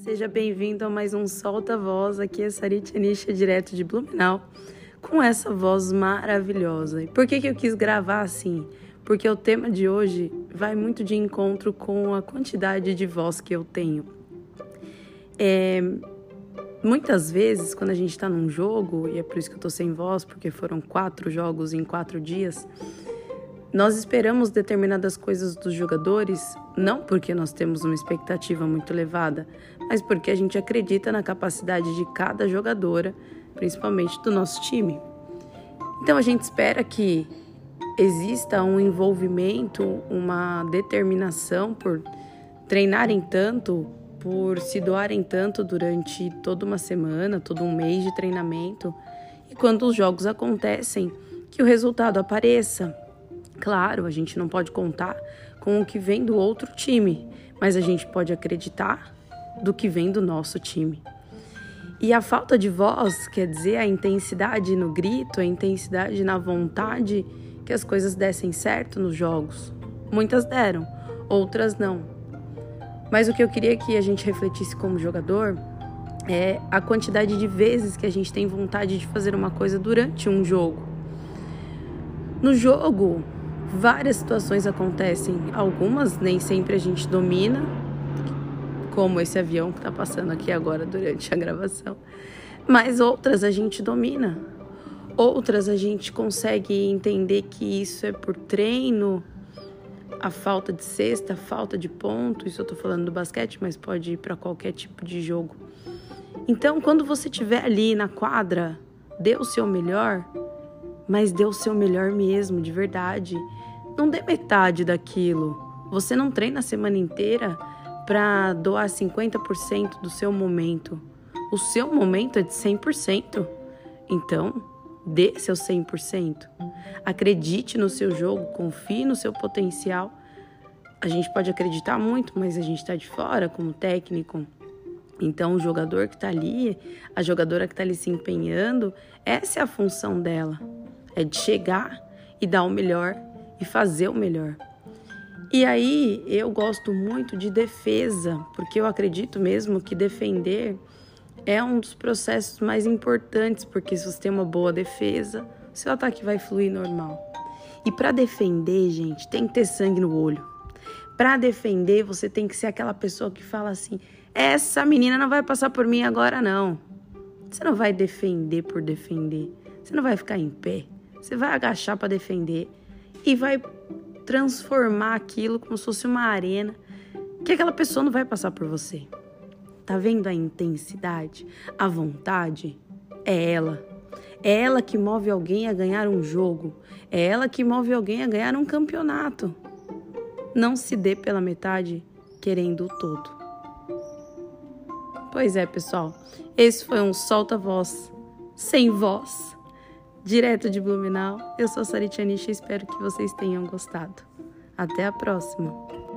Seja bem-vindo a mais um Solta Voz. Aqui é Sarit Anisha, direto de Blumenau, com essa voz maravilhosa. E por que eu quis gravar assim? Porque o tema de hoje vai muito de encontro com a quantidade de voz que eu tenho. Muitas vezes, quando a gente está num jogo, e é por isso que eu tô sem voz, porque foram 4 jogos em 4 dias, nós esperamos determinadas coisas dos jogadores, não porque nós temos uma expectativa muito elevada, mas porque a gente acredita na capacidade de cada jogadora, principalmente do nosso time. Então a gente espera que exista um envolvimento, uma determinação por treinarem tanto, por se doarem tanto durante toda uma semana, todo um mês de treinamento, e quando os jogos acontecem, que o resultado apareça. Claro, a gente não pode contar com o que vem do outro time, mas a gente pode acreditar do que vem do nosso time. E a falta de voz quer dizer a intensidade no grito, a intensidade na vontade que as coisas dessem certo nos jogos. Muitas deram, outras não. Mas o que eu queria que a gente refletisse como jogador é a quantidade de vezes que a gente tem vontade de fazer uma coisa durante um jogo. No jogo, várias situações acontecem, algumas nem sempre a gente domina, como esse avião que está passando aqui agora durante a gravação, mas outras a gente domina, outras a gente consegue entender que isso é por treino, a falta de cesta, a falta de ponto, isso eu estou falando do basquete, mas pode ir para qualquer tipo de jogo. Então, quando você estiver ali na quadra, dê o seu melhor, mas dê o seu melhor mesmo, de verdade. Não dê metade daquilo. Você não treina a semana inteira para doar 50% do seu momento. O seu momento é de 100%. Então, dê seu 100%. Acredite no seu jogo, confie no seu potencial. A gente pode acreditar muito, mas a gente está de fora como técnico. Então, o jogador que está ali, a jogadora que está ali se empenhando, essa é a função dela. É de chegar e dar o melhor e fazer o melhor. E aí eu gosto muito de defesa, porque eu acredito mesmo que defender é um dos processos mais importantes, porque se você tem uma boa defesa, o seu ataque vai fluir normal. E para defender, gente, tem que ter sangue no olho. Para defender, você tem que ser aquela pessoa que fala assim: essa menina não vai passar por mim agora não. Você não vai defender por defender. Você não vai ficar em pé. Você vai agachar para defender e vai transformar aquilo como se fosse uma arena que aquela pessoa não vai passar por você. Tá vendo a intensidade? A vontade? É ela. É ela que move alguém a ganhar um jogo. É ela que move alguém a ganhar um campeonato. Não se dê pela metade querendo o todo. Pois é, pessoal. Esse foi um solta-voz sem voz. Direto de Blumenau, eu sou a Sarit Anisha e espero que vocês tenham gostado. Até a próxima!